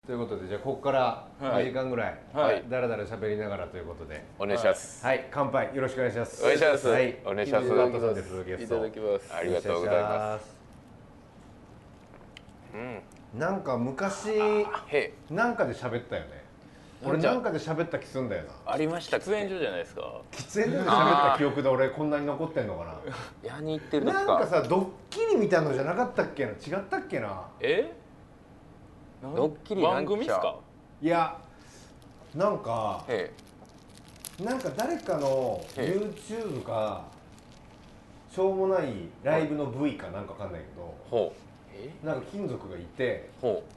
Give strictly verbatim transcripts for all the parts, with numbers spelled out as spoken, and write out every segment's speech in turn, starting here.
ということで、じゃあここからはいにじかんぐらい、 はい、 だらだら喋りながらということで、 お願いします。 はい、乾杯よろしくお願いします。 お願いします。 はい、 お願いします。 キングバットさんです、ゲスト。 いただきます。 ありがとうございます。 うん。なんか昔へなんかで喋ったよね。俺なんかで喋った気すんだよな。 ありましたっけ。 喫煙所じゃないですか。 喫煙所で喋った記憶で俺こんなに残ってんのかな。 矢に行ってるとなんかさ、ドッキリみたいのじゃなかったっけな、違ったっけな。 え？ ドッキリ番組ですか？ いや、なんかへなんか誰かの YouTube かしょうもないライブの ブイ かなんかわかんないけど、 ほえ？ なんか金属がいて、 うほ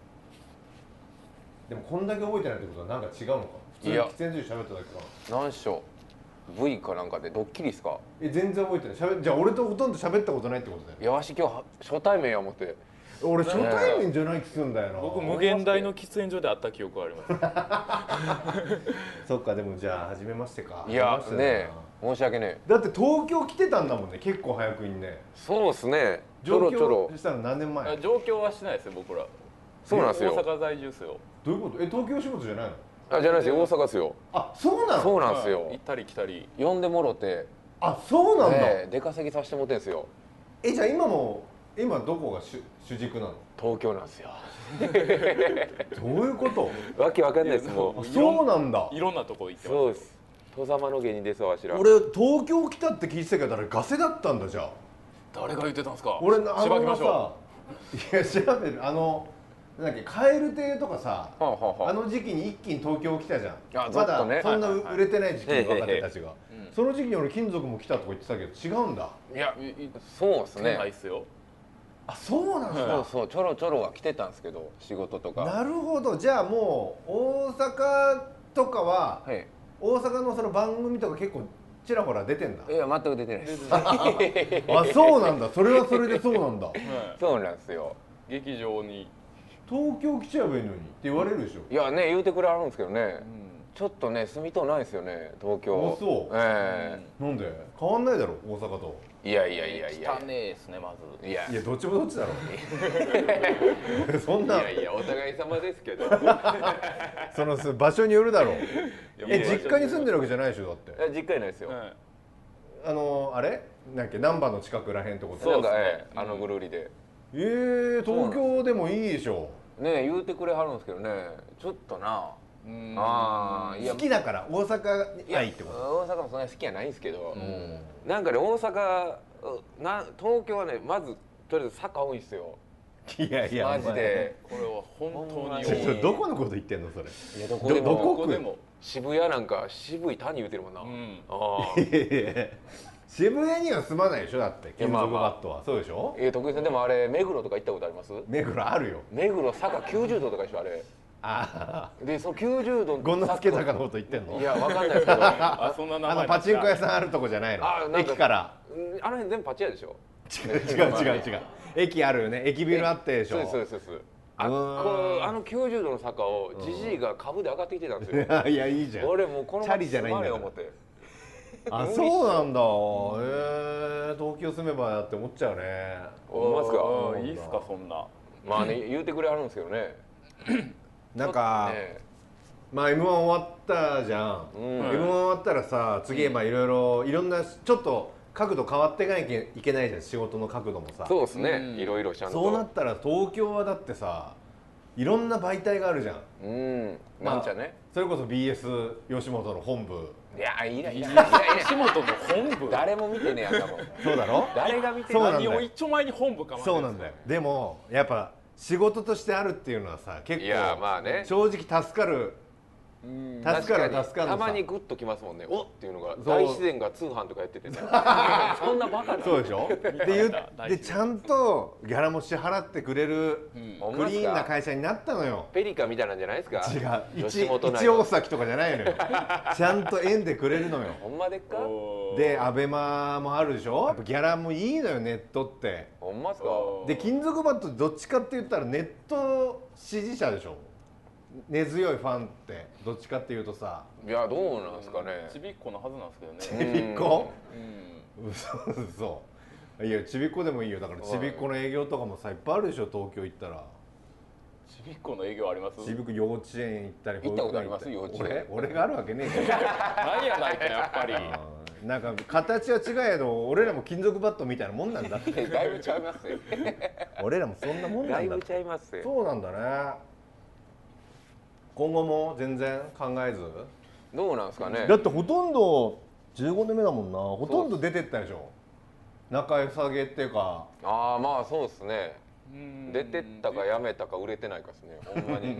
でもこんだけ覚えてないってことはなんか違うのか。普通に喫煙所で喋っただけかな。 う。何しょ V かなんかでドッキリですか。 え、全然覚えてない。しゃべじゃあ俺とほとんど喋ったことないってことだよね。 いやわし今日初対面や思って。 俺初対面じゃない気するんだよな。 僕無限大の喫煙所で会った記憶はあります。 そっか、でもじゃあ初めましてか。 いや初めましてだなねえ申し訳ねえ。 だって東京来てたんだもんね、結構早くにね。 そうっすね。ちょろちょろ上京したの何年前？ 上京はしないですよ僕ら。 そうなんですよ。 大阪在住ですよ。 どういうこと？え、東京仕事じゃないの？ あじゃないですよ、大阪ですよ。 あ、そうなの？ そうなんですよ。 行ったり来たり。 呼んでもろて。 あ、そうなんだ。 ええ出稼ぎさせてもらってんですよ。 え、じゃあ今も今どこが主主軸なの？ 東京なんですよ。 どういうこと？ わけわかんないですもあ、そうなんだ。 いろんなとこ行ってう。 ます。 そうです。戸様の芸人ですわしら。 俺東京来たって聞いてたけど、あれガセだったんだじゃあ。 誰が言ってたんですか？ 俺あしばきましょのさ、いや調べるあのなんだっけ、カエル亭とかさ、 はあはあはああの時期に一気に東京来たじゃん。 あまざっとねだそんな売れてない時期の若手たちが。 うんその時期に俺金属も来たとか言ってたけど違うんだ。 いやいいそうですね。 ないっすよ。 あ、そうなんそうだ。 そうちょろちょろは来てたんですけど仕事とか。 なるほど。じゃあもう大阪とかは、 はい。 大阪のその番組とか結構ちらほら出てんだ。 いや全く出てないです。 あ、そうなんだ。それはそれでそうなんだ。 はいそうなんですよ。 劇場に。 東京来ちゃえばいいのにって言われるでしょ。 いやね言うてくれはるんですけどね。 うんちょっとね住みとうないですよね東京。 あ、そうえなんで変わんないだろ大阪と。 えいやいやいやいや汚ねえですねまず。 いやいや、どっちもどっちだろう。そんいなやいやお互い様ですけど。 その場所によるだろう。え、 いや実家に住んでるわけじゃないでしょだって。 え実家にないですよ。 はいあのあれなんだっけ、難波の近くらへんってこと？ なんかそうですねええあのぐるりで。 えー、東京でもいいでしょ。 ね言うてくれはるんですけどねちょっとな。 うんああいや好きだから大阪に愛ってこと。 大阪もそんなに好きじゃないんですけど、 うんなんかね大阪な東京はねまずとりあえずサッカー多いんですよいやいや、 マジで。 これは本当にちょほんまにっとどこのこと言ってんのそれ。 いやどこでもどこここでも。 渋谷なんか渋い谷言うてるもんな、 うんああいやいや渋谷には住まないでしょだって金属バットは。そうでしょ。 え徳井さんでもあれ目黒とか行ったことあります？ 目黒あるよ。 目黒坂きゅうじゅうどとかでしょあれあでそのきゅうじゅうどあ、権之助坂のこと言ってんの？ いやわかんないですけどああそんな名前あのパチンコ屋さんあるとこじゃないの？ あなんか駅からあの辺全部パチ屋でしょ。 違う違う違う違う。駅あるよね。駅ビルあってでしょ。 そうですそうですそうですあうーんこうあのきゅうじゅうどの坂をじじいが株で上がってきてたんですよ。 いやいや、いいじゃん。 俺もうこのチャリじゃないんだから思ってあ、そうなんだ。へえ、東京住めばやって思っちゃうね。 思いますか。 あいいっすかそんな。 まあね言うてくれはるんですけどね。 なんか、 ねまあ エムワン 終わったじゃん。 うんエムワン 終わったらさ、次まあいろいろいろんなちょっと角度変わっていかなきゃいけないじゃん、仕事の角度もさ。 そうですね、 うんいろいろちゃんとそうなったら東京はだってさ、いろんな媒体があるじゃん。 うんまあなんちゃね。 それこそ ビーエス 吉本の本部。 いやいやいやいやい吉本の本部。 や誰も見てねえやんかもんそうだろ？ 誰が見てそうなんだよ何を一丁前に本部かまそうなんだよ。でもやっぱ仕事としてあるっていうのはさ、結いや構まあね正直助かる。 うん助かる助かるたのさまにグッときますもんね。おっていうのがそう大自然が通販とかやっててねそんなバカなそうでしょ。で言っ大事でちゃんとギャラも支払ってくれるうんほんまっすかクリーンな会社になったのよ。 ペリカみたいなんじゃないですか。 違う、一吉本内一大崎とかじゃないのよ。ちゃんと縁でくれるのよ。 ほんまでっか。 おーでアベマもあるでしょ。やっぱギャラもいいのよネットって。 ほんまっすか。 おーで金属バットどっちかって言ったらネット支持者でしょ。根強いファンってどっちかっていうとさ。 いやどうなんですかね。 ちびっこのはずなんですけどね。 ちびっこ？ うん嘘嘘。いやちびっこでもいいよ。だからちびっこの営業とかもさいっぱいあるでしょ東京行ったら。 ちびっこの営業あります？ ちびっこ幼稚園行ったり行ったことあります？幼稚園。 俺俺があるわけねえないやないかやっぱり。 なんか形は違えど俺らも金属バットみたいなもんなんだってだいぶちゃいますよ。 俺らもそんなもんなんだってだいぶちゃいますよ。 そうなんだね。今後も全然考えずどうなんですかね。 だってほとんどじゅうごねんめだもんな。ほとんど出てったでしょ。仲良さげっていうか。 ああまあそうですね。出てったかやめたか売れてないかですね。ほんまに。うん。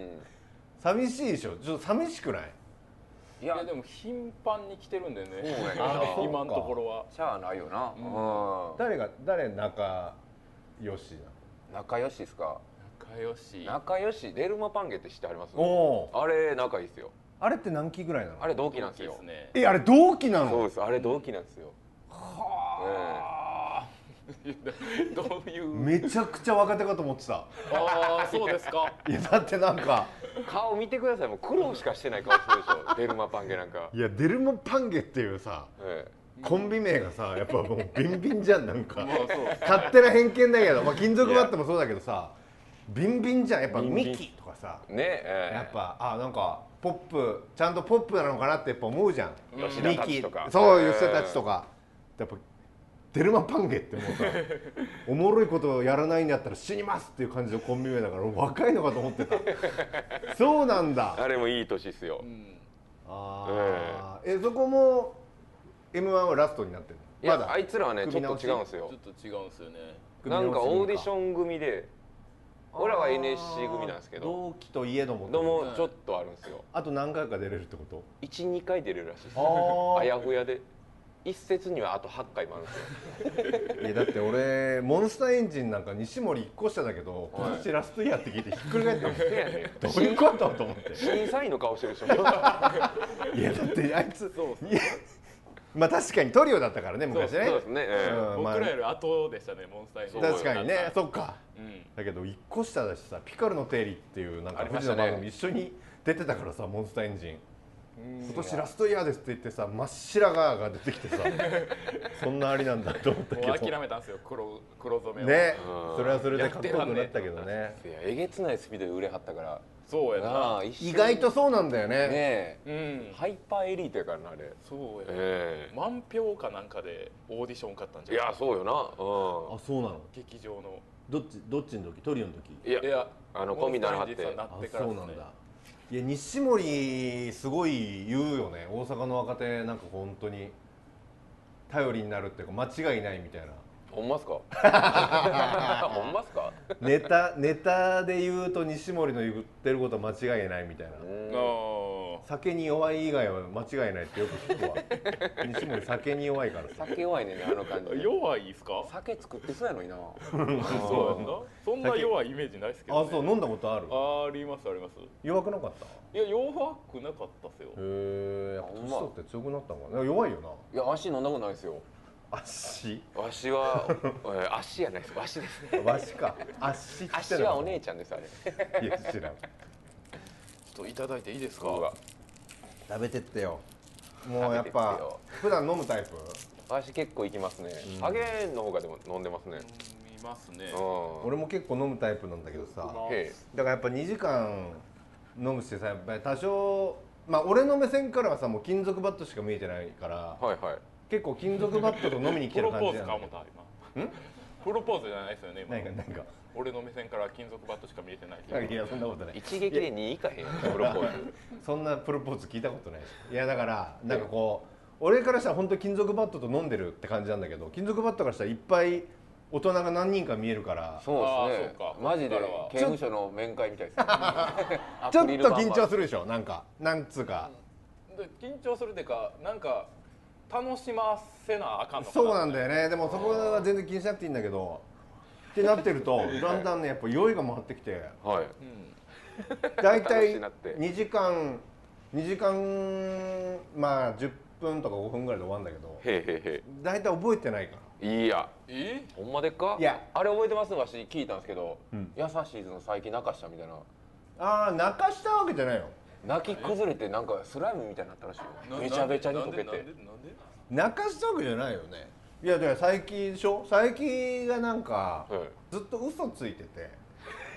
寂しいでしょ。ちょっと寂しくない？ いやでも頻繁に来てるんでね。今のところは。 しゃあないよな。 誰が誰仲良しな。仲良しですか。 仲良し。 仲良し。デルマパンゲって知ってあります？ おお。 あれ仲いいですよ。 あれって何期ぐらいなの？ あれ同期なんですよ。 え、あれ同期なの？ そうです。あれ同期なんですよ。 はあ。どういう？ めちゃくちゃ若手かと思ってた。ああ、そうですか。 いやだってなんか顔見てください。もう苦労しかしてない顔してるでしょ。デルマパンゲなんか。 いやデルマパンゲっていうさ、コンビ名がさやっぱもうビンビンじゃんなんか。勝手な偏見だけど、まあ金属バットもそうだけどさ、ビンビンじゃんやっぱミキとかさ。 ね、 やっぱあなんかポップちゃんとポップなのかなってやっぱ思うじゃん。 吉田たちとか。 そう吉田たちとか。やっぱデルマパンゲってもうさおもろいことをやらないんだったら死にますっていう感じのコンビ名だから若いのかと思ってた。そうなんだ。 あれもいい年っすよ。うん、 ああ、えー、そこも エムワン はラストになってるの？ まだあいつらはねちょっと違うんですよ。 ちょっと違うんですよね。 なんかオーディション組で俺らは エヌエスシー 組なんですけど同期といえどもどうもちょっとあるんですよ。 あと何回か出れるってこと？ いち、にかい出れるらしいです。あやふやで一説にはあとはちかいもあるんですよ。 いやだって俺モンスターエンジンなんか西森いっこ下だけど今年ラストイヤーって聞いてひっくり返ったもん。どういうことと思って審査員の顔してるでしょ。 いやだってあいつまあ確かにトリオだったからね昔ね。 そうですね。 僕らより後でしたねモンスターエンジン。 確かにね、そっか。だけどいっこ下だしさ、ピカルの定理っていうなんか藤野番組一緒に出てたからさ、モンスターエンジン今年ラストイヤーですって言ってさ、真っ白髪が出てきてさそんなありなんだと思ったけどもう諦めたんですよ、黒黒染めをね。それはそれでかっこよくなったけどね。 いやえげつないスピードで売れはったから。 そうやな、 意外とそうなんだよね。 ねえ、ハイパーエリートやからなあれ。 そうや、満票かなんかでオーディション受かったんじゃない？ いやそうよな。あそうなの。 劇場のどっちどっちの時？トリオの時？ いやあのコンビにならはって。 あ、そうなんだ。 いや西森すごい言うよね。大阪の若手なんか本当に頼りになるっていうか間違いないみたいな。 ほんますか？ほんますか？ ネタネタで言うと西森の言ってることは間違いないみたいな。酒に弱い以外は間違いないってよく聞くわ。西森酒に弱いからさ。酒弱いねんねあの感じ。 弱いですか？ 酒作ってそうやのにな。 そうやんな。そんな弱いイメージないですけど。 あ、そう飲んだことある？ ありますあります。 弱くなかった？ いや弱くなかったっすよ。 へえ。年取って強くなったのかな。弱いよな。 いや足飲んだことないですよ。 足？ わしは足やないです。わしですね。 わしか。足。 足はお姉ちゃんですあれ。 いや知らん。 ちょっといただいていいですか？ 食べてってよ。もうやっぱ普段飲むタイプ？ 私結構いきますね。ハゲの方がでも飲んでますね。 飲みますね。 俺も結構飲むタイプなんだけどさ。だからやっぱにじかん飲むしてさ、やっぱり多少まあ俺の目線からはさもう金属バットしか見えてないから。はいはい。結構金属バットと飲みに来てる感じなんだ。プロポーズかもた今。ん？プロポーズじゃないですよね今。何か何か。俺の目線から金属バットしか見えてない。 いやそんなことない。 一撃でにいかへんプロポーズ。 そんなプロポーズ聞いたことないし。いやだからなんかこう俺からしたら本当金属バットと飲んでるって感じなんだけど、金属バットからしたらいっぱい大人が何人か見えるから。 そうですね。マジで刑務所の面会みたいです。 ちょっと緊張するでしょ。なんかなんつうか。 緊張するってかなんか。楽しませなあかんのかな。 そうなんだよね。でもそこは全然気にしなくていいんだけどってなってるとだんだんねやっぱ酔いが回ってきて、はい、だいたいにじかんにじかんまあじゅっぷんとかごふんぐらいで終わるんだけど、へへへだいたい覚えてないから。 いやえほんまでっか？いやあれ覚えてます？わし聞いたんですけど、うん、優しいずの最近泣かしたみたいな。 ああ泣かしたわけじゃないよ。 泣き崩れてなんかスライムみたいになったらしいよ。べちゃべちゃに溶けて。 泣かしたわけじゃないよね。いやだから佐伯でしょ。佐伯がなんかずっと嘘ついてて。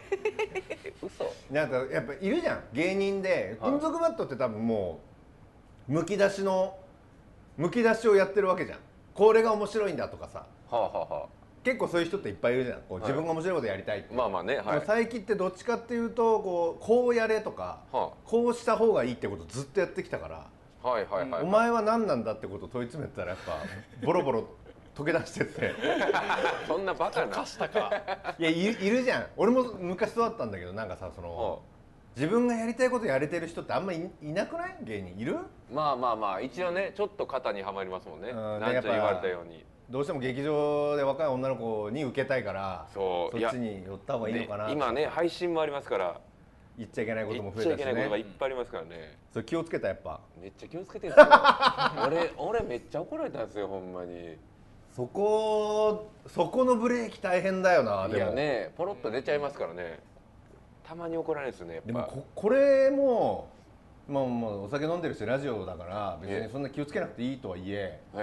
嘘。 なんかやっぱいるじゃん芸人で金属バットって多分もうむき出しのむき出しをやってるわけじゃん。これが面白いんだとかさ、 はあはあはあ、 結構そういう人っていっぱいいるじゃん。こう自分が面白いことやりたいって、 まあまあね、はい、 でも佐伯ってどっちかっていうとこうこうやれとか、はあ、こうした方がいいってことをずっとやってきたから、 はいはいはい、はい、 お前は何なんだってことを問い詰めたらやっぱボロボロ溶け出してってそんなバカなしたかいや い, いるじゃん。俺も昔そうだったんだけど、なんかさその、はあ、自分がやりたいことやれてる人ってあんまり い, いなくない？芸人いる？ まあまあまあ一応ねちょっと肩にはまりますもんね。なんちゃ言われたようにどうしても劇場で若い女の子に受けたいから、 そっちに寄った方がいいのかな、 ね、今ね配信もありますから言っちゃいけないことも増えたしね。 言っちゃいけないことがいっぱいありますからね。 それ気をつけた。やっぱめっちゃ気をつけてるんですよ俺俺めっちゃ怒られたんですよほんまに。 そこそこのブレーキ大変だよな。でもいやねポロッと出ちゃいますからね。たまに怒られるんですよねやっぱ。 でも こ, これもまあまあお酒飲んでるしラジオだから別にそんな気をつけなくていいとはいえ、はい、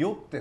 酔ってって、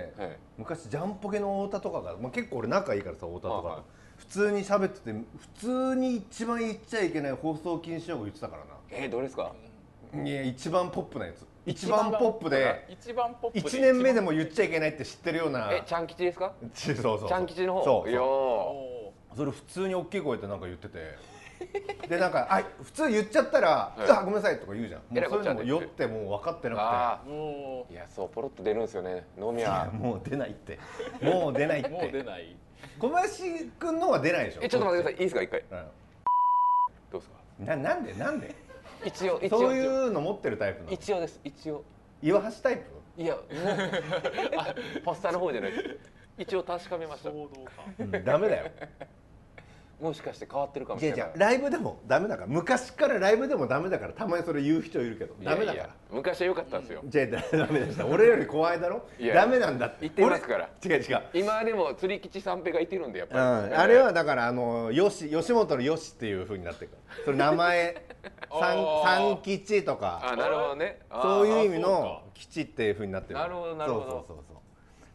はい、昔ジャンポケの太田とかが、まあ、結構俺仲いいからさ太田とかと、はい、普通に喋ってて普通に一番言っちゃいけない放送禁止用語言ってたからな。 えー、どれですか？ いや一番ポップなやつ。一番ポップで一番ポップでいちねんめでも言っちゃいけないって知ってるような。 えちゃん吉ですか？ そうそうそうちゃん吉の方。 そういやそれ普通に大きい声でなんか言っててでなんかあ普通言っちゃったら「あごめんなさい」とか言うじゃん。もうそういうのも酔ってもう分かってなくて、いやそうポロッと出るんですよね飲み屋。 もう出ないってもう出ないってもう出ない。 小林くんのは出ないでしょ。 えちょっと待ってくださいいいですか一回、うん、どうですか？ ななんでなんで一応一応そういうの持ってるタイプなの？ 一応です一応岩橋タイプ？ いやもうポスターの方じゃない一応確かめました。 うん、ダメだよもしかして変わってるかもしれない。 じゃライブでもダメだから。昔からライブでもダメだからたまにそれ言う人いるけどダメだから。いやいや昔は良かったんですよ。 じゃあダメでした。俺より怖いだろ。ダメなんだって言ってますから。 違う違う。 今でも釣り吉三平がいてるんでやっぱり、うん、 あれはだからあのよし吉本のよしっていう風になってるから。それ名前三吉とか。 あなるほどね。 そういう意味の吉っていう風になってる。 なるほどなるほど。 そうそうそうそう。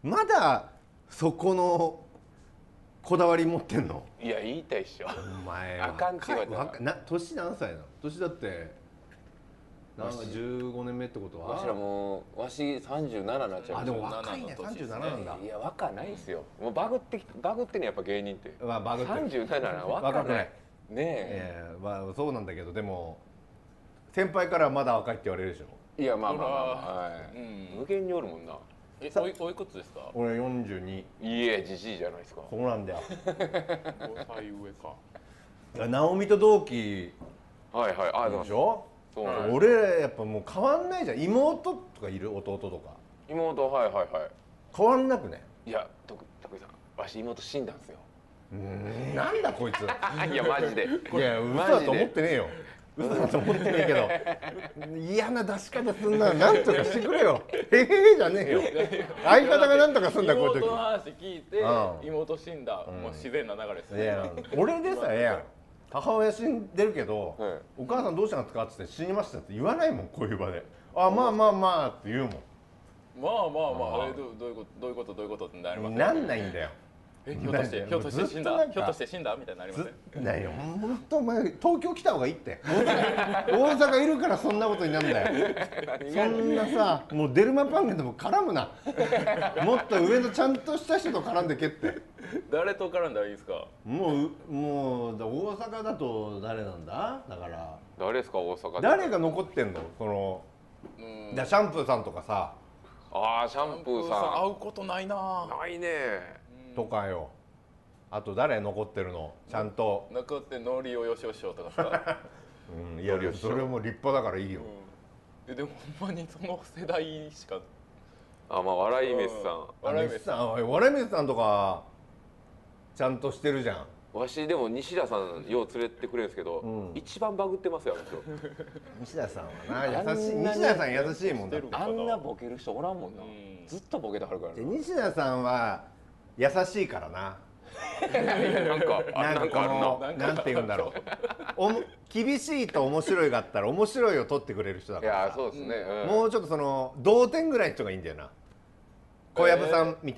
まだそこのこだわり持ってんの？ いや言いたいっしょ。 お前あかんちはな年何歳なの？年だってなんかじゅうごねんめってことはわしらもうわしさんじゅうななになっちゃう。 あでも若いね。さんじゅうなななんだ。 いや若ないですよ。もうバグってバグってねやっぱ芸人って。 まあバグってる。 さんじゅうななな若くない。ねえ。まあそうなんだけどでも先輩からまだ若いって言われるでしょ。 いやまあまあまあはい。無限におるもんな。 えおいおいくつですか？ 俺よんじゅうに。 いえじじいじゃないですか。 そうなんだよ。 ごさい上か。 直美と同期はいはいあでしょ。そう俺やっぱもう変わんないじゃん。妹とかいる？弟とか。 妹はいはいはい。 変わんなくね。 いや徳徳井さんわし妹死んだんですよ。 うんなんだこいつ。 いやマジで。 いや嘘だと思ってねえよ。嘘だと思ってねえけど嫌な出し方すんな。なんとかしてくれよ。へへへじゃねえよ。相方がなんとかすんだこういう時。 妹の話聞いて妹死んだ、もう自然な流れですね。 いや俺でさえやん母親死んでるけど、お母さんどうしたんですかって言って死にましたって言わないもんこういう場で。あまあまあまあって言うもん。 まあまあまあえどういうことどういうことどういうことってなりますね。 なんないんだよ。 えひょっとしてひょっとして死んだひょっとして死んだみたいになりません？ ないよ本当お前東京来た方がいいって。大阪いるからそんなことになるんだよ。そんなさもうデルマパンゲでも絡むな。もっと上のちゃんとした人と絡んでけって。 誰と絡んだらいいですか？ もうもう大阪だと誰なんだだから誰ですか大阪。 誰が残ってんのこのだシャンプーさんとかさ。 ああシャンプーさん会うことないな。 ないね。 とかよ。あと誰残ってるのちゃんと。 残ってノリオヨシオショとかさ。 うんいやそれも立派だからいいよ。 うん、でもほんまにその世代しか。 あまあ笑い飯さん。 笑い飯さん笑い飯さんとかちゃんとしてるじゃん。 わしでも西田さんよう連れてくれるんですけど、うん、一番バグってますよ西田さんはな優しい。西田さん優しいもんだって。 あんなボケる人おらんもんな、うん、ずっとボケてはるからな。 西田さんは優しいからな。 なんかなんかこのなんて言うんだろうお厳しいと面白いがあったら面白いを取ってくれる人だから。 いやそうですね、 うん、もうちょっとその同点ぐらいの人がいいんだよな。小籔さんみたいな。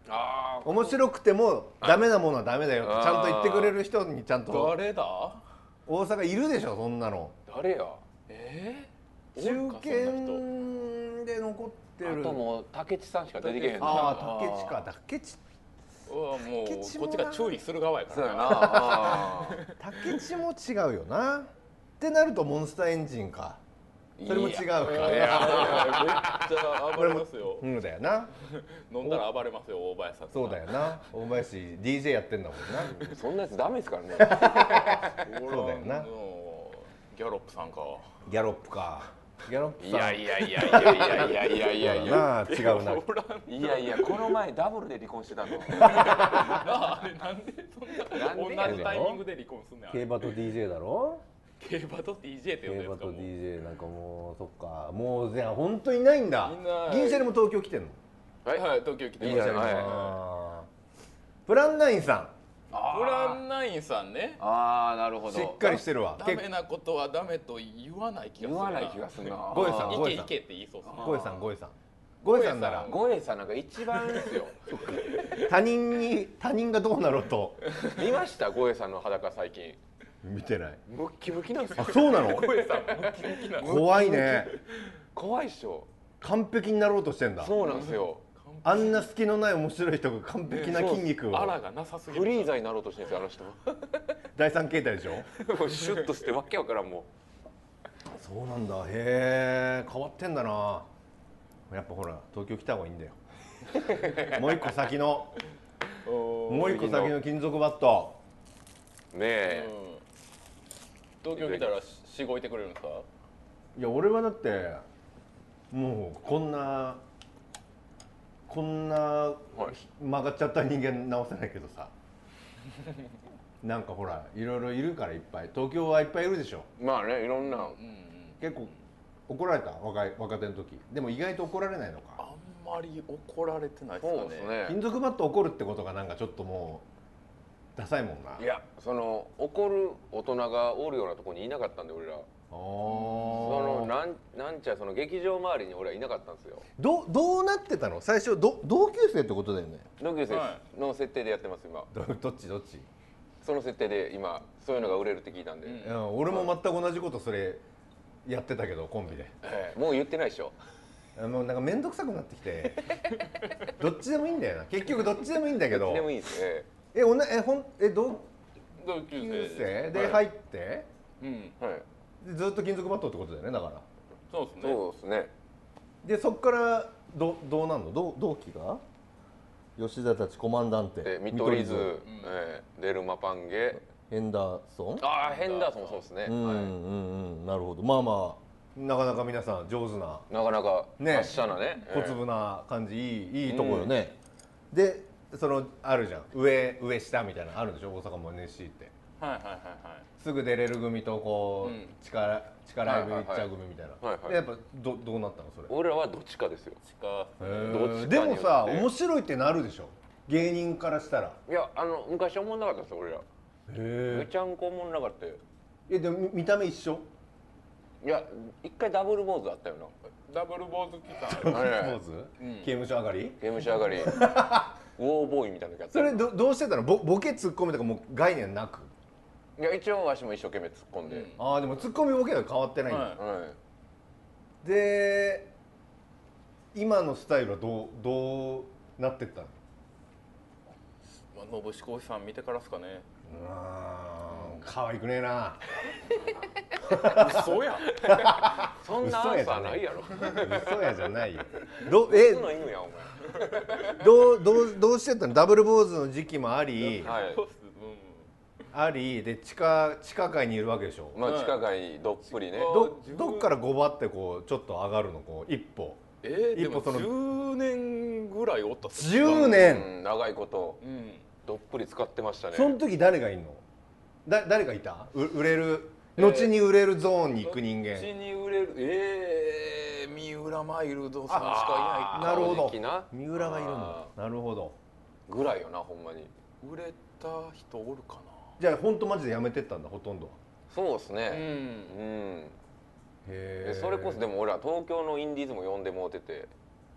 あ面白くてもダメなものはダメだよってちゃんと言ってくれる人にちゃんと。 誰だ？ 大阪いるでしょそんなの。 誰や？ えー、 中堅で残ってる。 あともう竹地さんしか出てけへんな。 ああ竹地か。竹地うわもうこっちが注意する側やから。 そうやな。 竹地も違うよなってなるとモンスターエンジンか。それも違うか。いやめっちゃ暴れますよ。 うんだよな。 飲んだら暴れますよ大林さん。 そうだよな。大林 ディージェー やってんだもんな。 そんなやつダメですからね。 そうだよな。 ギャロップさんか。 ギャロップか。ギャロップさん。 いやいやいやいやいやいやいやいやいや。 なあ違うな。 いやいやこの前ダブルで離婚してたの。 あれなんでそんな同じタイミングで離婚すんねん。 競馬と ディージェー だろ。 競馬と ディージェー って呼んでるんですか。 競馬と ディージェー なんかもうそっかもうじゃあ本当にいないんだ。 いない銀シャリも東京来てんの。 はいはい東京来ていいます。 じゃない。 プランナインさん。 プランナインさんね。 ああなるほど。 しっかりしてるわ。 ダメなことはダメと言わない気がするな。 言わない気がするな。 ゴエさんいけいけって言いそうですね。 ゴエさんゴエさんゴエさんならゴエさんなんか一番ですよ。 他人に他人がどうなろうと見ましたゴエさんの裸最近。 見てない。 ムッキムキなんですよ。 あそうなの。 ゴエさんムキムキなの。 怖いね。 怖いっしょ。 完璧になろうとしてんだ。 そうなんですよ。 あんな隙のない面白い人が完璧な筋肉を。 あらがなさすぎる。 フリーザになろうとしてるんですよあの第三形態でしょ。 人。もうシュッとしてわけわからんもそうなんだ。へえ変わってんだな。やっぱほら東京来た方がいいんだよ。もう一個先のもう一個先の金属バット。 う。ねえ。 東京来たらしごいてくれるんですか。 いや俺はだってもうこんなこんな曲がっちゃった人間直せないけどさ。なんかほらいろいろいるからいっぱい東京はいっぱいいるでしょ。 まあねいろんな。 結構怒られた若い若手の時。でも意外と怒られないのか。 あんまり怒られてないですかね。 そうですね。 金属バット怒るってことがなんかちょっともうダサいもんな。 いやその怒る大人がおるようなところにいなかったんで俺ら。そのなんなんちゃその劇場周りに俺はいなかったんですよ。 どどうなってたの最初。ど同級生ってことだよね。 同級生の設定でやってます今。 どどっちどっち。 その設定で今そういうのが売れるって聞いたんで。 うん、俺も全く同じことそれやってたけどコンビで。 ええもう言ってないでしょ。 もうなんか面倒くさくなってきてどっちでもいいんだよな結局どっちでもいいんだけど。 どっちでもいいですね。 えおなえほんえ同同級級生生で入ってうんはい。 でずっと金属バットってことだよねだから。 そうですね。 そうですね。 でそっからどどうなんの同同期が吉田たちコマンダンテで見取り図、ええデルマパンゲ。 ヘンダーソン。 ああヘンダーソンもそうですね。 うんうんうんなるほど。まあまあなかなか皆さん上手ななかなかね達者なね。 小粒な感じいいいいとこよね。でそのあるじゃん上上下みたいなのあるでしょ大阪も エヌエスシー って。 はいはいはいはい。 すぐ出れる組とこうんう力力ライブ行っちゃう組みたいな。 はいはいでやっぱどどうなったのそれ。 俺らはどっちかですよ。 近へーどっちかによってでもさ面白いってなるでしょ芸人からしたら。 いやあの昔思んなかったですよ俺ら。 へめちゃんこ思んなかったよ。 えでも見見た目一緒。 いや一回ダブル坊主あったよな。 ダブル坊主来た。 ポはいーズうん刑務所上がり。 刑務所上がりウォーボーイみたいなのやったそれどどうしてたの。ボボケツッコミとかもう概念なく。 いや一応わしも一生懸命突っ込んで、 うんああでもツッコミボケは変わってないんだ。 はいはいで今のスタイルはどうどうなってったの。 まあ信志浩さん見てからですかね。 うーん可愛くねえな。 嘘や。 そんなアンサーないやろ。 嘘やじゃないよ。どえ嘘の犬やお前。 どうどうどうしてたの。ダブル坊主の時期もあり、 はいそうっすありで地下地下界にいるわけでしょ。 まあ地下街どっぷりね。 どどっからごばってこうちょっと上がるのこう一歩。 えー、でも一歩そのじゅうねんぐらいおったっすじゅうねん。 うん長いことうん。 どっぷり使ってましたね。 その時誰がいんの。だ誰がいた。う売れる後に売れるゾーンに行く人間。 後に売れるええー、三浦マイルドさんしかいない。 なるほど顔的な三浦がいるんだ。なるほど。 ぐらいよなほんまに。 売れた人おるかじゃあ本当マジでやめてったんだほとんどは。 そうですな。 ね。 ん。 うん。 へでそれこそでも俺は東京のインディーズも呼んでもうてて、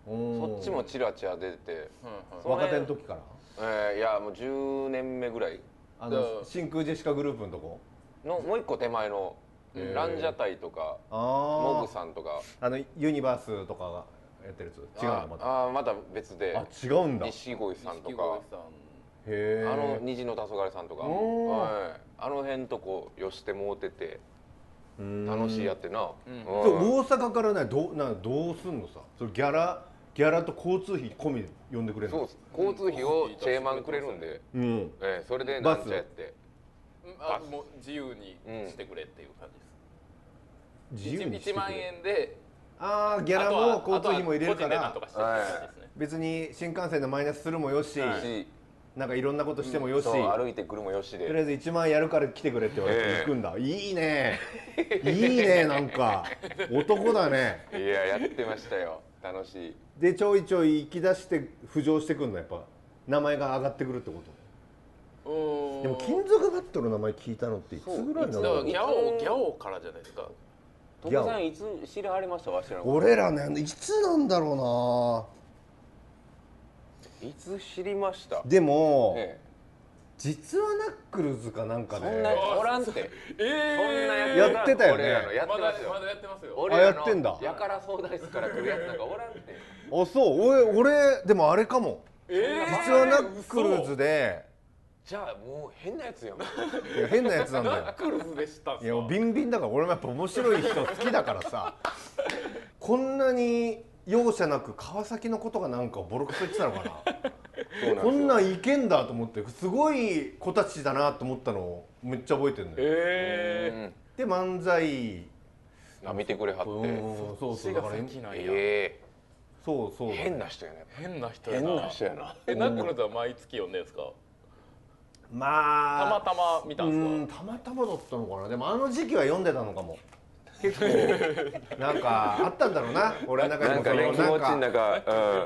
そっちもチラチラ出てて、 若手の時からえー、いやもうじゅうねんめぐらい、 あの真空ジェシカグループのとこのもう一個手前のランジャタイとかモグさんとか、 あのユニバースとかがやってるやつ違うのまたああまた別で、 あ違うんだ、 錦鯉さんとか、 へえ、 あの虹の黄昏さんとか、はい、あの辺とこう寄してもうてて楽しいやってな、 うん、大阪からねどうなどうすんのさ、それギャラギャラと交通費込みで呼んでくれるの？ そうです、交通費をチェーマンくれるんで、うん、えー、それでなんちゃやって、 あもう自由にしてくれっていう感じです。 自由にいちまんえんで、 ああギャラも交通費も入れるから、別に新幹線でマイナスするもよし、なんかいろんなことしてもよし、 歩いてくるもよしで、 とりあえずいちまんやるから来てくれって言われて行くんだ。いいねいいね、なんか男だね。 いややってましたよ、楽しい。 でちょいちょい行き出して浮上してくるの、やっぱ名前が上がってくるってこと？でも金属バットの名前聞いたのっていつぐらいなの？ ギャオギャオからじゃないですか。 徳さんいつ知らはりました？わしら俺らねいつなんだろうな。いつ知りました？ でも、ええ、実はナックルズかなんかね。 そんなおらんって。 えー、 そんなやってたよね。 やってますよ。まだやってますよ。 俺らのやってんだ。 やから相談室から来るやつなんかおらんって。 あ、そう。俺俺でもあれかも。えー、実はナックルズで。 じゃあもう変なやつやん。いや変なやつなんだよ。 ナックルズでした。 いやビンビンだから俺もやっぱ面白い人好きだからさ。こんなに容赦なく川崎のことがなんかボロクソ言ってたのかな。こんなんいけんだと思って、すごい子たちだなと思ったのをめっちゃ覚えてるのよ。えー、で漫才あ見てくれはって、 そうそうだからええそうそう変な人やね。 変な人やな。 変な人やな。 えナックルズは毎月読んでんですか？ まあたまたま見たんですか？ たまたまだったのかな。でもあの時期は読んでたのかも。結構なんかあったんだろうな、俺の中にも。 なんかね、気持ちの中、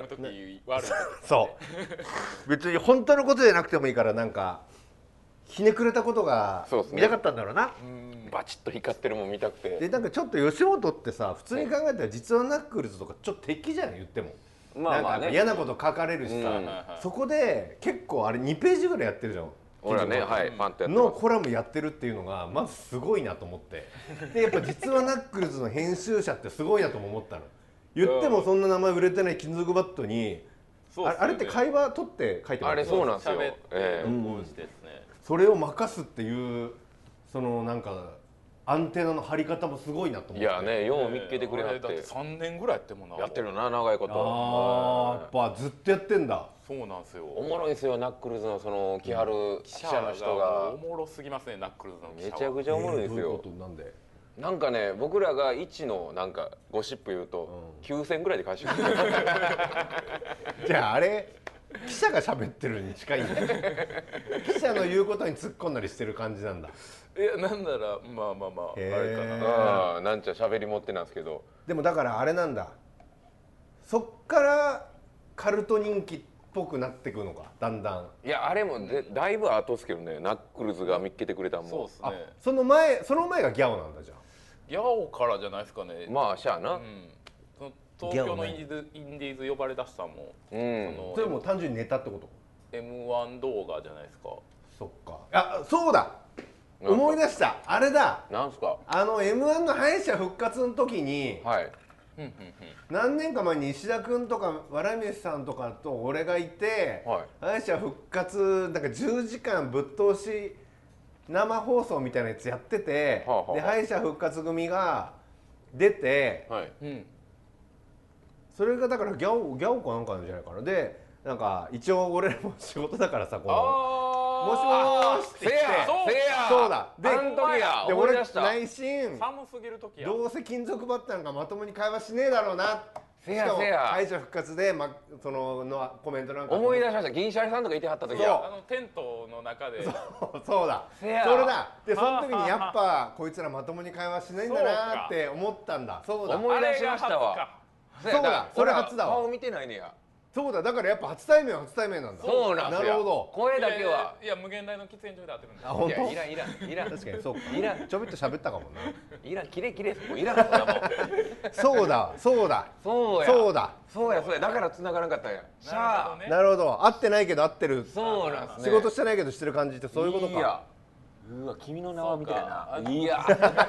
そう別に本当のことじゃなくてもいいから、なんかひねくれたことが見たかったんだろうな。 バチッと光ってるもん見たくて。 でなんかちょっと吉本ってさ、普通に考えたら実はナックルズとかちょっと敵じゃん、言っても。なんか嫌なこと書かれるしさ、そこで結構あれにページぐらいやってるじゃん。 俺はね、はい、 パンとやってのコラムやってるっていうのがまずすごいなと思って、でやっぱ実はナックルズの編集者ってすごいなとも思ったの。言ってもそんな名前売れてない金属バットに、あ, あれって会話取って書いてます。 あれそうなんですよ。 ええ、録音してですね。 それを任すっていうそのなんかアンテナの張り方もすごいなと思って。 いやね、よう見っけてくれはって。 だってさんねんぐらいやってもな。 やってるな、長いこと。 ああ、やっぱずっとやってんだ。 そうなんですよ。 おもろいですよ、ナックルズのその来はる記者の人が。 おもろすぎますね、ナックルズの記者は。 めちゃくちゃおもろいですよ。 なんで？ なんかね、僕らがいちのなんかゴシップ言うときゅうせんぐらいで返してくれる。 じゃああれ記者が喋ってるに近いんだ。記者の言うことに突っ込んだりしてる感じなんだ。 いや、なんならまあまあまああれかな。 ああ、なんちゃ喋り持ってなんですけど。 でもだからあれなんだ。そっからカルト人気っぽくなってくのか、だんだん。 いや、あれもでだいぶ後ですけどね、ナックルズが見っけてくれたもん。 そうですね。 その前その前がギャオなんだじゃん。 ギャオからじゃないですかね。 まあしゃあな。 その東京のインディーズ、インディーズ呼ばれだしたのも、 うん、それも単純にネタってこと？ エムワン 動画じゃないですか。 そっか。あ、そうだ。思い出した。あれだ。 なんすか。 あの エムワン の敗者復活の時に、 はい。 何年か前に石田君とか笑い飯さんとかと俺がいて、はい、敗者復活なんかじゅうじかんぶっ通し生放送みたいなやつやってて、はあはあ、で敗者復活組が出て、はい、うん、それがだからギャオギャオかなんかなんじゃないかな。でなんか一応俺も仕事だからさ、こうもしもーしって言って、そうだ、であん時やで俺内心寒すぎる時や、 どうせ金属バッターなんかまともに会話しねえだろうな。 せやせや敗者復活で、ま、そののコメントなんか思い出しました。銀シャリさんとかいてはった時や、 あのテントの中で、 そうそうだ、それだ。でその時にやっぱこいつらまともに会話しないんだなって思ったんだ。そうだ、 思い出しましたわ。 そうだ、それ初だわ。 顔見てないねや。 そうだ、だからやっぱ初対面は初対面なんだ。 そうなんですよ。 なるほど。 声だけは。 いや無限大の喫煙所で会ってるんで。 あ、本当。 いらんいらんいらん。 確かにそうか。 いらん。 ちょびっと喋ったかもな。 いらん、キレキレもういらんそんなもん。 そうだ、そうだ。 そうや。 そうだ。 そうやそうや。だから繋がらんかったんや。 なるほどね。 なるほど。会ってないけど会ってる。 そうなんですね。 仕事してないけどしてる感じってそういうことか。 いや。うわ、君の名はみたいな。いや。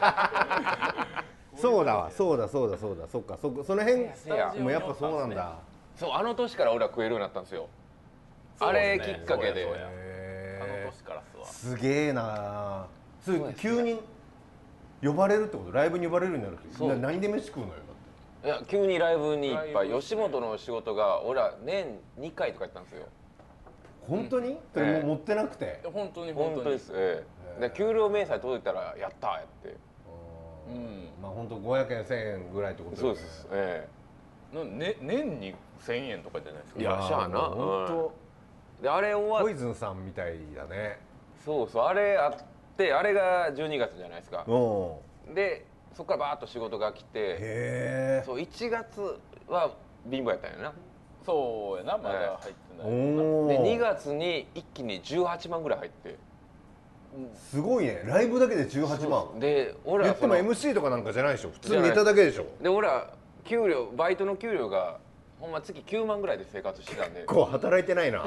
そうだわ、そうだそうだそうだ、そっか、そその辺もやっぱそうなんだ。 そう、あの年から俺は食えるようになったんですよ。あれきっかけで。 あの年からすわ。 すげえな。急に呼ばれるってこと？ライブに呼ばれるようになるって。何で飯食うのよ。 いや、急にライブにいっぱい。吉本の仕事が俺ら年にかいとかやったんですよ。 本当に？それも持ってなくて。 本当に本当です。ええ。で給料明細届いたらやったーやって。 うん。まあ本当ごひゃくえんせんえんぐらいってことですね。 そうです。ええ。ね年にせんえんとかじゃないですか。 いやしゃあな。本当。であれ終わっポイズンさんみたいだね。 そうそう、あれあってあれがじゅうにがつじゃないですか。でそこからバーッと仕事が来て、 へえ。 そういちがつは貧乏やったんやな。 そうやな、まだ入ってない。 でにがつに一気にじゅうはちまんぐらい入って、 すごいね。ライブだけでじゅうはちまん。 で俺ら言っても エムシー とかなんかじゃないでしょ。普通にネタだけでしょ。 で俺ら給料バイトの給料がほんま月きゅうまんぐらいで生活してたんで。 結構働いてないな。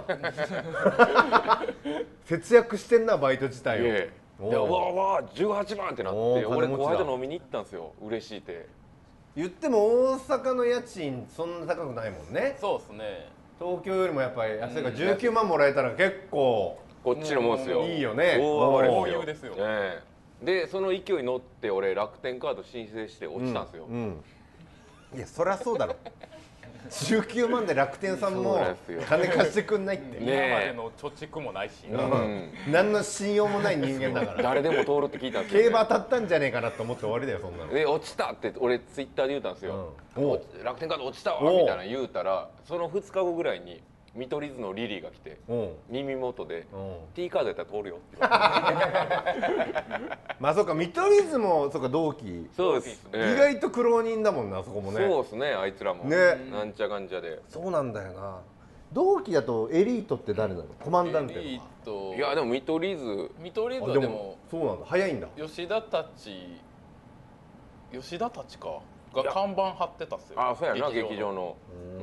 節約してんなバイト自体を。 でわあわあじゅうはちまんってなって、俺後輩と飲みに行ったんですよ。嬉しいて。 言っても大阪の家賃そんな高くないもんね。 そうですね。 東京よりもやっぱり安いからじゅうきゅうまんもらえたら結構こっちのもんですよ。 いいよね。 大有ですよ。 でその勢いに乗って俺楽天カード申請して落ちたんですよ。 いやそりゃそうだろ。じゅうきゅうまんで楽天さんも金貸してくんないって。 今までの貯蓄もないし、 何の信用もない人間だから。 誰でも通るって聞いたんですよ。競馬当たったんじゃねえかなと思って終わりだよそんなの。 で落ちたって俺ツイッターで言うたんですよ。楽天カード落ちたわみたいな言うたら、そのふつかごぐらいに見取り図のリリーが来て耳元で T カードやったら通るよって言われて。 まあそうか、見取り図もそうか同期。 そうです。 意外と苦労人だもんな、そこもね。 そうですね、あいつらもね、なんちゃかんちゃで。 そうなんだよな。同期だとエリートって誰なの？コマンダンテの。エリート。 いやでも見取り図。 見取り図はでもそうなんだ、早いんだ。 吉田たち吉田たちかが看板貼ってたっすよ。 あ、そうやな、劇場の。 うん。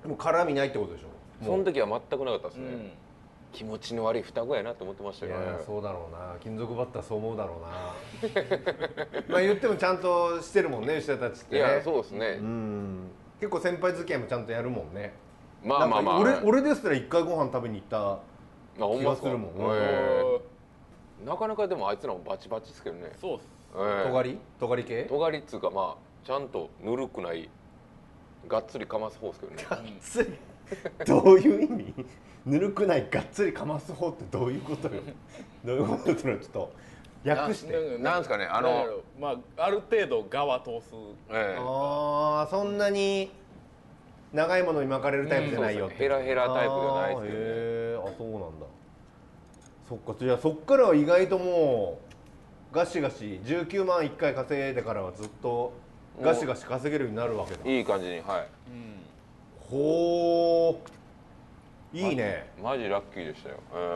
もう絡みないってことでしょ。 その時は全くなかったですね。気持ちの悪い双子やなって思ってましたよね。 そうだろうな。金属バッターそう思うだろうな。まあ言ってもちゃんとしてるもんね、吉田たちって。 いや、そうですね。 結構先輩付き合いもちゃんとやるもんね。 まあまあまあ。 俺俺ですら一回ご飯食べに行った気がするもん。 なかなかでもあいつらもバチバチですけどね。 そうっす。 尖り？尖り系？ 尖りっつうかまあちゃんとぬるくないがっつりかます方ですけどね。 がっつり。どういう意味？ぬるくないがっつりかます方ってどういうことよ。どういうことってのはちょっと訳して。 なんですかね、あのまあある程度側通す。 ああ、そんなに長いものに巻かれるタイプじゃないよって。 ヘラヘラタイプじゃないですけどね。 へえ、あ、そうなんだ。そっか、じゃあそっからは意外ともうガシガシじゅうきゅうまんいっかい稼いでからはずっとガシガシ稼げるようになるわけだ。 いい感じに、はい。 ほう、いいね。 マジラッキーでしたよ。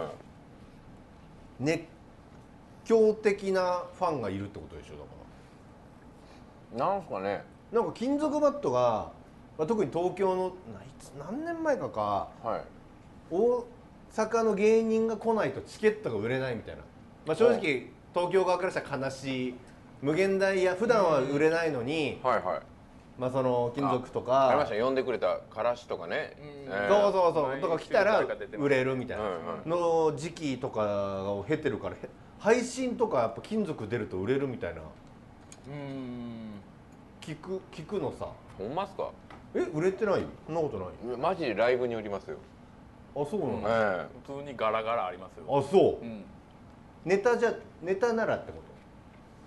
熱狂的なファンがいるってことでしょ。だからなんすかね、 なんか金属バットが、まあ、特に東京のいつ何年前かか、はい、大阪の芸人が来ないとチケットが売れないみたいな、まあ、正直東京側からしたら悲しい。無限大や普段は売れないのに、はいはい、まあその金属とかありました、呼んでくれたからしとかね、 そうそうそうとか来たら売れるみたいなの時期とかを経てるから、配信とかやっぱ金属出ると売れるみたいな、うん聞く聞くのさ。 ほんまっすか？ え、売れてない？そんなことない？ マジでライブによりますよ。 あ、そうなの？普通にガラガラありますよ。 あ、そう。ネタじゃネタならってこと？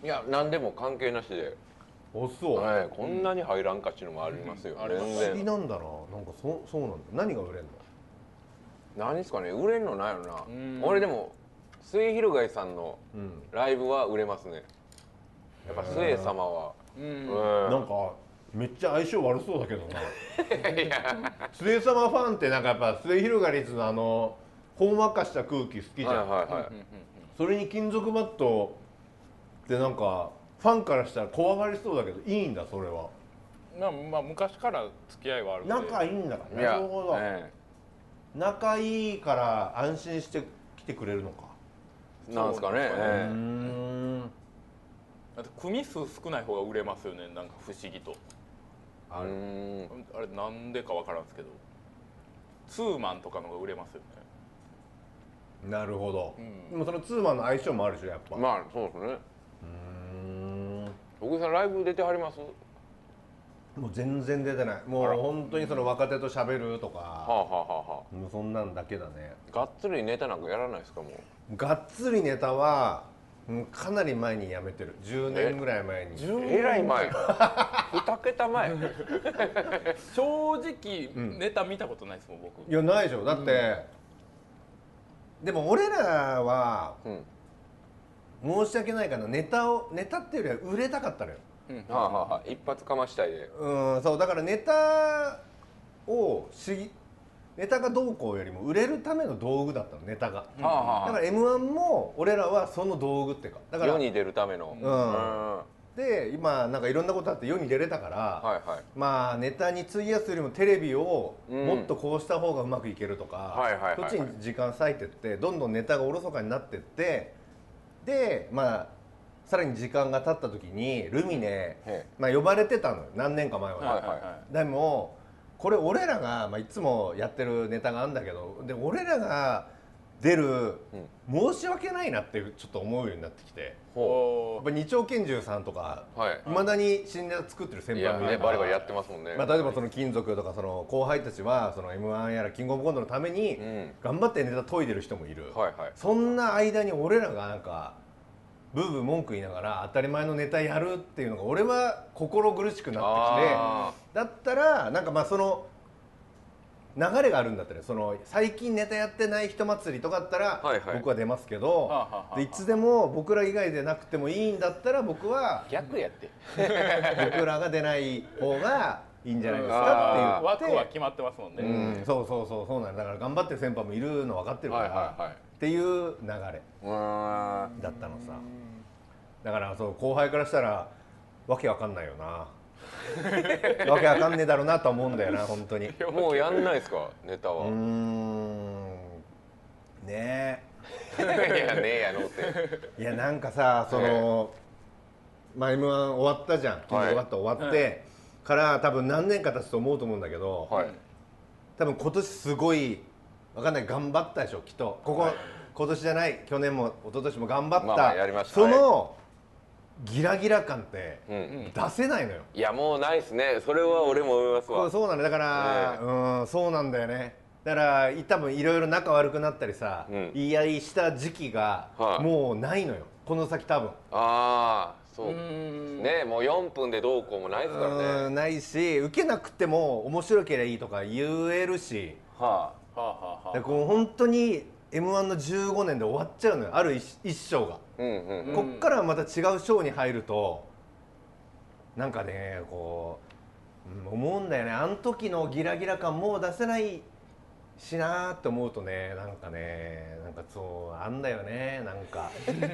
いや、何でも関係なしで。 あ、そう。 はい、こんなに入らんかっちゅうのもありますよ。 あれ不思議なんだな。なんかそそうなんだ。何が売れんの？ 何ですかね、売れんのなんやろな。俺でも末広がりさんのライブは売れますね。やっぱ末様は。 なんかめっちゃ相性悪そうだけどな末様ファンってなんかやっぱ末広がりずのあのほんわかした空気好きじゃん、はいはいはい、それに金属バットってなんかファンからしたら怖がりそうだけどいいんだそれは。 まあ、まあ昔から付き合いはあるんで仲いいんだからね。なるほど、えー、仲いいから安心して来てくれるのかなんですかね。えー、だって組数少ない方が売れますよね、なんか不思議と。あれあれなんでか分からんですけどツーマンとかの方が売れますよね。なるほど、うん、でもそのツーマンの相性もあるでしょやっぱ。 まあそうですね。うん、小栗さんライブ出てはります？ もう全然出てない。もう本当にその若手と喋るとか、はあはあはあ、もうそんなんだけだね。 がっつりネタなんかやらないですか？もうがっつりネタはかなり前にやめてる。じゅうねんぐらい前に。 えらい前に桁前正直、うん、ネタ見たことないですもん僕。 いやないでしょ。だって、うん、でも俺らは、うん、申し訳ないかな、ネタをネタっていうよりは売れたかったのよ。 はあはあ、一発かましたいで。 うん、そうだからネタをしネタがどうこうよりも売れるための道具だったのネタが、うん、だから エムワン も俺らはその道具っていうか、だから世に出るための、 うん、で今なんかいろんなことあって世に出れたから、はいはい、まあネタに費やすよりもテレビをもっとこうした方がうまくいけるとか、そっちに時間割いてってどんどんネタがおろそかになってって、でまあさらに時間が経った時にルミネ、まあ、呼ばれてたのよ何年か前は、ね、はいはいはい、でもこれ俺らが、まあ、いつもやってるネタがあるんだけど、で俺らが出る、うん、申し訳ないなってちょっと思うようになってきて、やっぱ二丁拳銃さんとかいま、はい、だに新ネタ作ってる先輩もいるから、 ね、バリバリやってますもんね。 まあ、例えばその金属とかその後輩たちはその エムワン やらキングオブコントのために頑張ってネタ研いでる人もいる、うん、はいはい、そんな間に俺らがなんかブーブー文句言いながら当たり前のネタやるっていうのが俺は心苦しくなってきて、だったらなんかまあその流れがあるんだったらその最近ネタやってない人祭りとかだったら僕は出ますけど、でいつでも僕ら以外でなくてもいいんだったら僕は逆やって僕らが出ない方がいいんじゃないですかって言って、枠は決まってますもんね、 うん、そうそうそうそうなんだから頑張ってる先輩もいるの分かってるから、はいはいはい、っていう流れだったのさ。だからそう後輩からしたらわけわかんないよなわけわかんねえだろうなと思うんだよな本当に。 もうやんないですかネタは。うーんねえいやねえやのっていやなんかさその、まあ、エムワン 終わったじゃん、キングオブバット終わって、はい、から多分何年か経つと思うと思うんだけど、はい、多分今年すごいわかんない頑張ったでしょきっとここ、はい、今年じゃない去年も一昨年も頑張った、まあまあやりました、その、はい、ギラギラ感って出せないのよ、 うん、いやもうないですね。それは俺も思いますわ。 そうなんだだから、ね、うんそうなんだよね。だから多分いろいろ仲悪くなったりさ、うん、言い合いした時期がもうないのよ、この先多分。 ああそうね、もうよんぷんでどうこうもないですからね。 ないし受けなくても面白ければいいとか言えるし、はあはあはあ、だから本当に エムワン のじゅうごねんで終わっちゃうのよある一, 一章が、うんうんうん、こっからまた違う章に入るとなんかねこう思うんだよね。あの時のギラギラ感もう出せないしなーって思うとね、なんかねなんかそうあんだよねなんか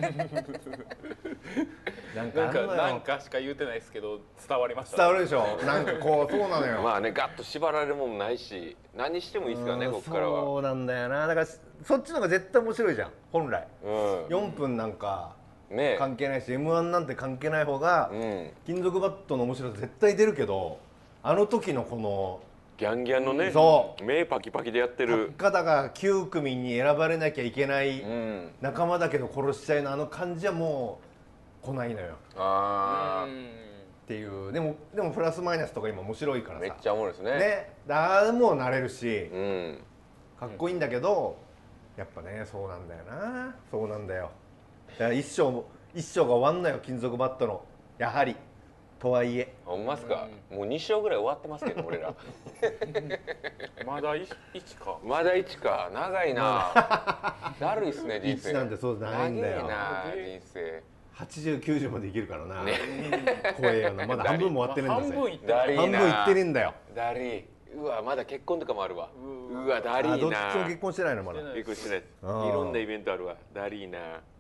なんかあんのよ。なんかしか言うてないですけど伝わりました、ね、 伝わるでしょ。なんかこうそうなのよまあねガッと縛られるもんないし何してもいいですからねここからは。 そうなんだよな。だからそっちの方が絶対面白いじゃん本来、うん、よんぷんなんか関係ないし、ね、エムワン なんて関係ない方が、うん、金属バットの面白さ絶対出るけど、あの時のこのギャンギャンのね、そう目パキパキでやってるたかだがきゅうくみに選ばれなきゃいけない仲間だけど殺しちゃいのあの感じはもう来ないのよ。あっていう。でもでもプラスマイナスとか今面白いからさめっちゃおもろいですね。 ね誰もなれるし、うん、かっこいいんだけどやっぱねそうなんだよな。そうなんだよ。だから一生一生が終わんのよ金属バットのやはり。とはいえほんますか、うん、もうに章ぐらい終わってますけど俺らまだいちかまだいちか長いなだるいっすね人生。 いちなんてそう長いんだよ。 長いな人生。 はちじゅうきゅうじゅうまでいけるからな、ね、怖えよな。まだ半分も終わってねえんだぜ。 半分いってない。 半分いってねえんだよ。 ダリー。うわまだ結婚とかもあるわ。うわダリーな。 どっちも結婚してないのまだ。 結婚してない。いろんなイベントあるわ。ダリーな。